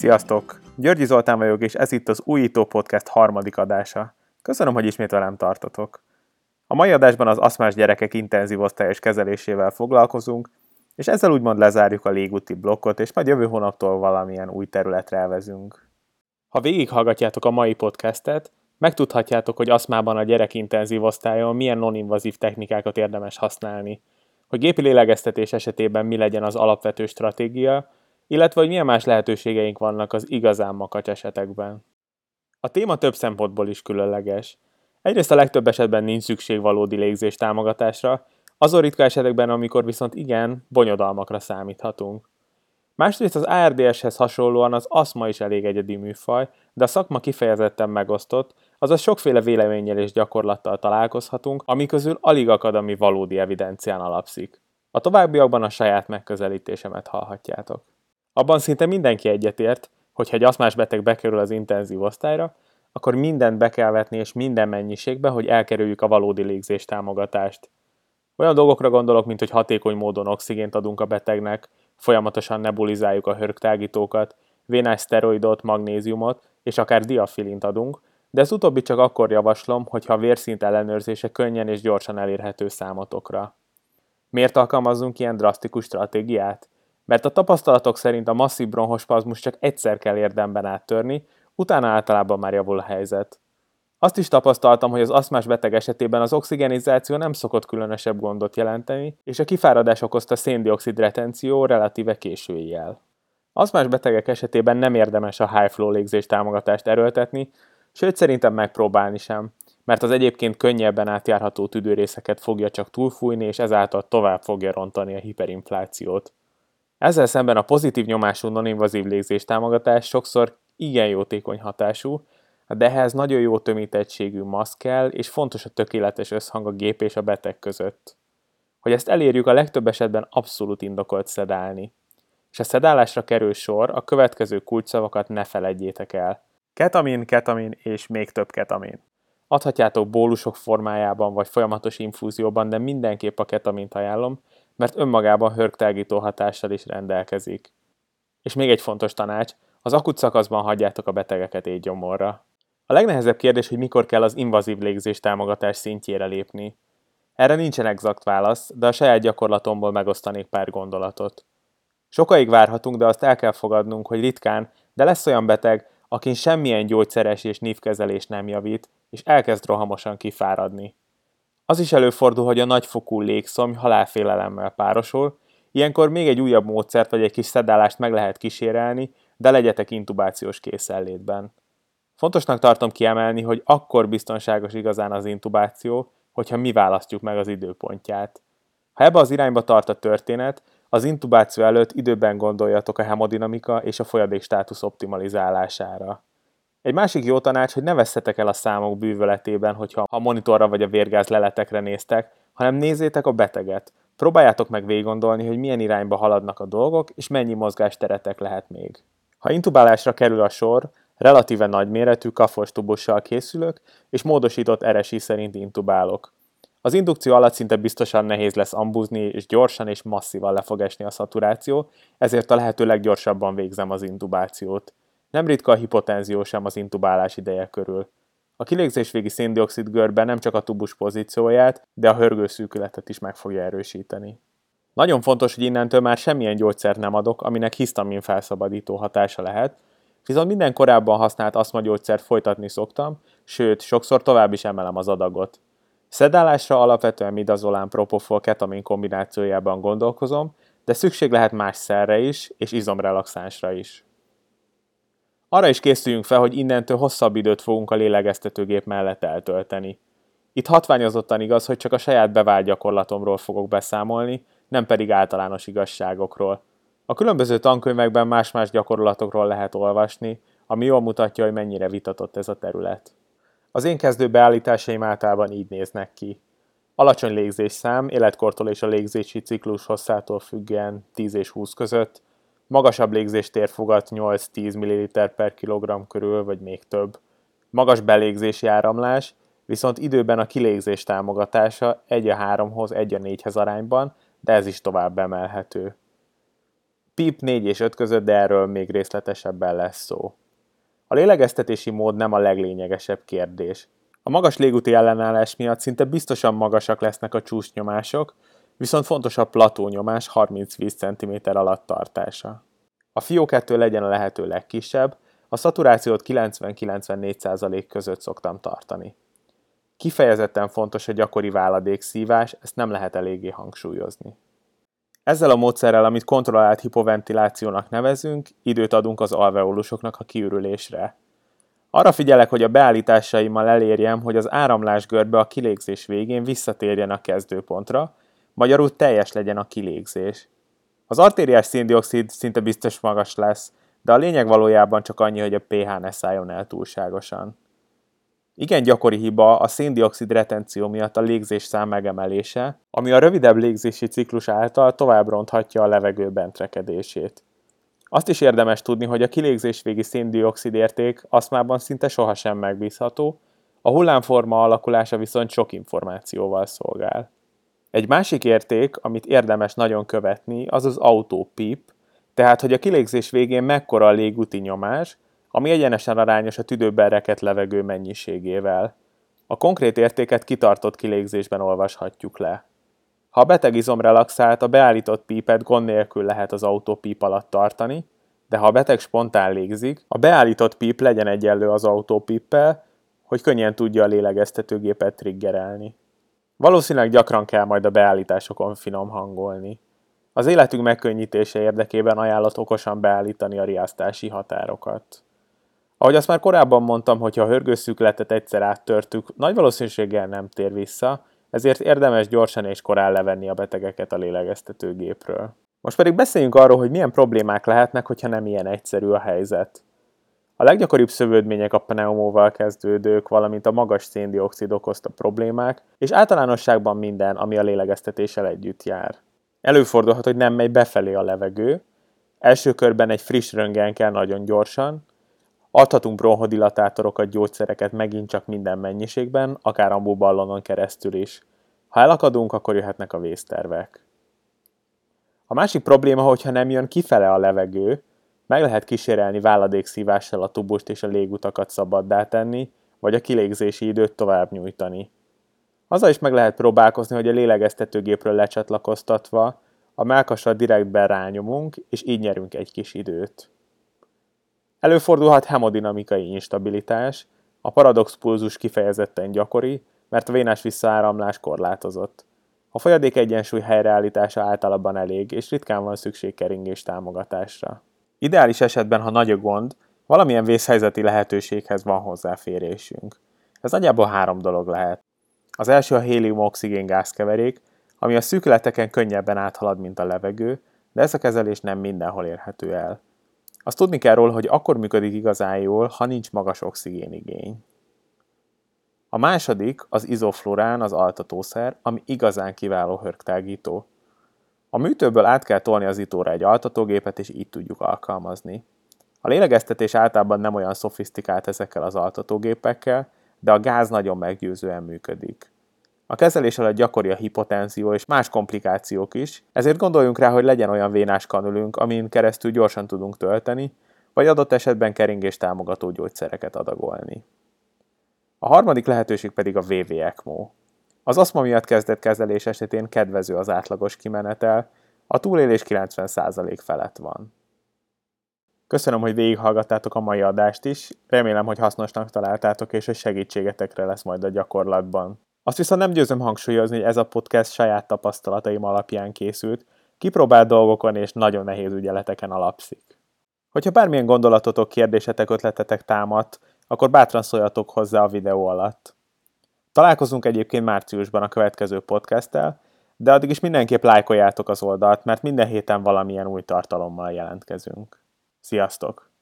Sziasztok! Györgyi Zoltán vagyok, és ez itt az Újító Podcast harmadik adása. Köszönöm, hogy ismét velem tartotok. A mai adásban az aszmás gyerekek intenzív osztályos kezelésével foglalkozunk, és ezzel úgymond lezárjuk a légúti blokkot, és majd jövő hónaptól valamilyen új területre elvezünk. Ha végighallgatjátok a mai podcastet, megtudhatjátok, hogy aszmában a gyerekintenzív osztályon milyen non-invazív technikákat érdemes használni, hogy gépi lélegeztetés esetében mi legyen az alapvető stratégia, illetve hogy milyen más lehetőségeink vannak az igazán makacs esetekben. A téma több szempontból is különleges. Egyrészt a legtöbb esetben nincs szükség valódi légzés támogatásra, azon ritka esetekben, amikor viszont igen, bonyodalmakra számíthatunk. Másrészt az ARDS-hez hasonlóan az aszma is elég egyedi műfaj, de a szakma kifejezetten megosztott, azaz sokféle véleménnyel és gyakorlattal találkozhatunk, ami közül alig akad, ami valódi evidencián alapszik. A továbbiakban a saját megközelítésemet hallhatjátok. Abban szinte mindenki egyetért, hogy ha egy aszmás beteg bekerül az intenzív osztályra, akkor mindent be kell vetni és minden mennyiségbe, hogy elkerüljük a valódi légzés támogatást. Olyan dolgokra gondolok, mint hogy hatékony módon oxigént adunk a betegnek, folyamatosan nebulizáljuk a hörgtágítókat, vénás szteroidot, magnéziumot és akár diafilint adunk, de ez utóbbi csak akkor javaslom, hogyha a vérszint ellenőrzése könnyen és gyorsan elérhető számotokra. Miért alkalmazzunk ilyen drasztikus stratégiát? Mert a tapasztalatok szerint a masszív bronchospazmus csak egyszer kell érdemben áttörni, utána általában már javul a helyzet. Azt is tapasztaltam, hogy az aszmás beteg esetében az oxigenizáció nem szokott különösebb gondot jelenteni, és a kifáradás okozta széndioxid retenció relatíve késői jel. Aszmás betegek esetében nem érdemes a high flow légzés támogatást erőltetni, sőt szerintem megpróbálni sem, mert az egyébként könnyebben átjárható tüdőrészeket fogja csak túlfújni, és ezáltal tovább fogja rontani a hiperinflációt. Ezzel szemben a pozitív nyomású non-invazív légzés támogatás sokszor igen jótékony hatású, de ehhez nagyon jó tömítettségű maszk kell, és fontos a tökéletes összhang a gép és a beteg között. Hogy ezt elérjük, a legtöbb esetben abszolút indokolt szedálni. És a szedálásra kerül sor, a következő kulcsszavakat ne feledjétek el. Ketamin és még több ketamin. Adhatjátok bólusok formájában vagy folyamatos infúzióban, de mindenképp a ketamint ajánlom, mert önmagában hörgtágító hatással is rendelkezik. És még egy fontos tanács, az akut szakaszban hagyjátok a betegeket étgyomorra. A legnehezebb kérdés, hogy mikor kell az invazív légzés támogatás szintjére lépni. Erre nincsen exakt válasz, de a saját gyakorlatomból megosztanék pár gondolatot. Sokáig várhatunk, de azt el kell fogadnunk, hogy ritkán, de lesz olyan beteg, akin semmilyen gyógyszeres és nívkezelés nem javít, és elkezd rohamosan kifáradni. Az is előfordul, hogy a nagyfokú légszomj halálfélelemmel párosul, ilyenkor még egy újabb módszert vagy egy kis szedálást meg lehet kísérelni, de legyetek intubációs készenlétben. Fontosnak tartom kiemelni, hogy akkor biztonságos igazán az intubáció, hogyha mi választjuk meg az időpontját. Ha ebbe az irányba tart a történet, az intubáció előtt időben gondoljatok a hemodinamika és a folyadékstátusz optimalizálására. Egy másik jó tanács, hogy ne vesszetek el a számok bűvöletében, hogyha a monitorra vagy a vérgáz leletekre néztek, hanem nézzétek a beteget. Próbáljátok meg végiggondolni, hogy milyen irányba haladnak a dolgok, és mennyi mozgásteretek lehet még. Ha intubálásra kerül a sor, relatíve nagyméretű kafos tubussal készülök, és módosított RSI szerint intubálok. Az indukció alatt szinte biztosan nehéz lesz ambuzni, és gyorsan és masszívan le fog esni a szaturáció, ezért a lehető leggyorsabban végzem az intubációt. Nem ritka a hipotenzió sem az intubálás ideje körül. A kilégzés végi széndioxid görbe nem csak a tubus pozícióját, de a hörgőszűkületet is meg fogja erősíteni. Nagyon fontos, hogy innentől már semmilyen gyógyszert nem adok, aminek hisztamin felszabadító hatása lehet, viszont minden korábban használt aszmagyógyszert folytatni szoktam, sőt, sokszor tovább is emelem az adagot. Szedálásra alapvetően midazolán propofol ketamin kombinációjában gondolkozom, de szükség lehet más szerre is, és izomrelaxánsra is. Arra is készüljünk fel, hogy innentől hosszabb időt fogunk a lélegeztetőgép mellett eltölteni. Itt hatványozottan igaz, hogy csak a saját bevált gyakorlatomról fogok beszámolni, nem pedig általános igazságokról. A különböző tankönyvekben más-más gyakorlatokról lehet olvasni, ami jól mutatja, hogy mennyire vitatott ez a terület. Az én kezdő beállításaim általában így néznek ki. Alacsony légzésszám, életkortól és a légzési ciklus hosszától függően 10 és 20 között, magasabb légzéstérfogat 8-10 ml/kg körül, vagy még több. Magas belégzési áramlás, viszont időben a kilégzés támogatása 1:3-hoz, 1:4-hez arányban, de ez is tovább emelhető. PEEP 4 és 5 között, de erről még részletesebben lesz szó. A lélegeztetési mód nem a leglényegesebb kérdés. A magas légúti ellenállás miatt szinte biztosan magasak lesznek a csúcsnyomások, viszont fontos a platónyomás 30-20 cm alatt tartása. A FiO2 legyen a lehető legkisebb, a szaturációt 90-94% között szoktam tartani. Kifejezetten fontos a gyakori váladékszívás, ezt nem lehet eléggé hangsúlyozni. Ezzel a módszerrel, amit kontrollált hipoventilációnak nevezünk, időt adunk az alveolusoknak a kiürülésre. Arra figyelek, hogy a beállításaimmal elérjem, hogy az áramlásgörbe a kilégzés végén visszatérjen a kezdőpontra, magyarul teljes legyen a kilégzés. Az artériás széndioxid szinte biztos magas lesz, de a lényeg valójában csak annyi, hogy a pH ne szálljon el túlságosan. Igen gyakori hiba a széndioxid retenció miatt a légzés szám megemelése, ami a rövidebb légzési ciklus által tovább ronthatja a levegő bentrekedését. Azt is érdemes tudni, hogy a kilégzés végi széndioxid érték aszmában szinte sohasem megbízható, a hullámforma alakulása viszont sok információval szolgál. Egy másik érték, amit érdemes nagyon követni, az az auto-PEEP, tehát hogy a kilégzés végén mekkora a légúti nyomás, ami egyenesen arányos a tüdőben rekedt levegő mennyiségével. A konkrét értéket kitartott kilégzésben olvashatjuk le. Ha a beteg izom relaxált, a beállított PEEP-et gond nélkül lehet az auto-PEEP alatt tartani, de ha a beteg spontán légzik, a beállított PEEP legyen egyenlő az auto-PEEP-pel, hogy könnyen tudja a lélegeztetőgépet triggerelni. Valószínűleg gyakran kell majd a beállításokon finom hangolni. Az életünk megkönnyítése érdekében ajánlott okosan beállítani a riasztási határokat. Ahogy azt már korábban mondtam, hogy ha a hörgőszűkületet egyszer áttörtük, nagy valószínűséggel nem tér vissza, ezért érdemes gyorsan és korán levenni a betegeket a lélegeztetőgépről. Most pedig beszéljünk arról, hogy milyen problémák lehetnek, hogyha nem ilyen egyszerű a helyzet. A leggyakoribb szövődmények a pneumóval kezdődők, valamint a magas széndioxid okozta problémák, és általánosságban minden, ami a lélegeztetéssel együtt jár. Előfordulhat, hogy nem megy befelé a levegő, első körben egy friss röntgen kell nagyon gyorsan, adhatunk bronchodillatátorokat, gyógyszereket megint csak minden mennyiségben, akár ambuballonon keresztül is. Ha elakadunk, akkor jöhetnek a vésztervek. A másik probléma, hogyha nem jön kifele a levegő, meg lehet kísérelni váladékszívással a tubust és a légutakat szabaddá tenni, vagy a kilégzési időt tovább nyújtani. Azzal is meg lehet próbálkozni, hogy a lélegeztetőgépről lecsatlakoztatva a mellkasra direktben rányomunk, és így nyerünk egy kis időt. Előfordulhat hemodinamikai instabilitás, a paradox pulzus kifejezetten gyakori, mert a vénás visszaáramlás korlátozott. A folyadék egyensúly helyreállítása általában elég, és ritkán van szükség keringés támogatásra. Ideális esetben, ha nagy a gond, valamilyen vészhelyzeti lehetőséghez van hozzáférésünk. Ez nagyjából 3 dolog lehet. Az első a hélium-oxigén gázkeverék, ami a szűkületeken könnyebben áthalad, mint a levegő, de ez a kezelés nem mindenhol érhető el. Azt tudni kell róla, hogy akkor működik igazán jól, ha nincs magas oxigénigény. A második az izoflurán, az altatószer, ami igazán kiváló hörgtágító. A műtőből át kell tolni az itóra egy altatógépet, és így tudjuk alkalmazni. A lélegeztetés általában nem olyan szofisztikált ezekkel az altatógépekkel, de a gáz nagyon meggyőzően működik. A kezelés alatt gyakori a hipotenzió és más komplikációk is, ezért gondoljunk rá, hogy legyen olyan vénás kanülünk, amin keresztül gyorsan tudunk tölteni, vagy adott esetben keringés támogató gyógyszereket adagolni. A harmadik lehetőség pedig a VV ECMO. Az aszma miatt kezdett kezelés esetén kedvező az átlagos kimenetel, a túlélés 90% felett van. Köszönöm, hogy végighallgattátok a mai adást is, remélem, hogy hasznosnak találtátok, és hogy segítségetekre lesz majd a gyakorlatban. Azt viszont nem győzöm hangsúlyozni, hogy ez a podcast saját tapasztalataim alapján készült, kipróbált dolgokon és nagyon nehéz ügyeleteken alapszik. Hogyha bármilyen gondolatotok, kérdésetek, ötletetek támadt, akkor bátran szóljatok hozzá a videó alatt. Találkozunk egyébként márciusban a következő podcasttel, de addig is mindenképp lájkoljátok az oldalt, mert minden héten valamilyen új tartalommal jelentkezünk. Sziasztok!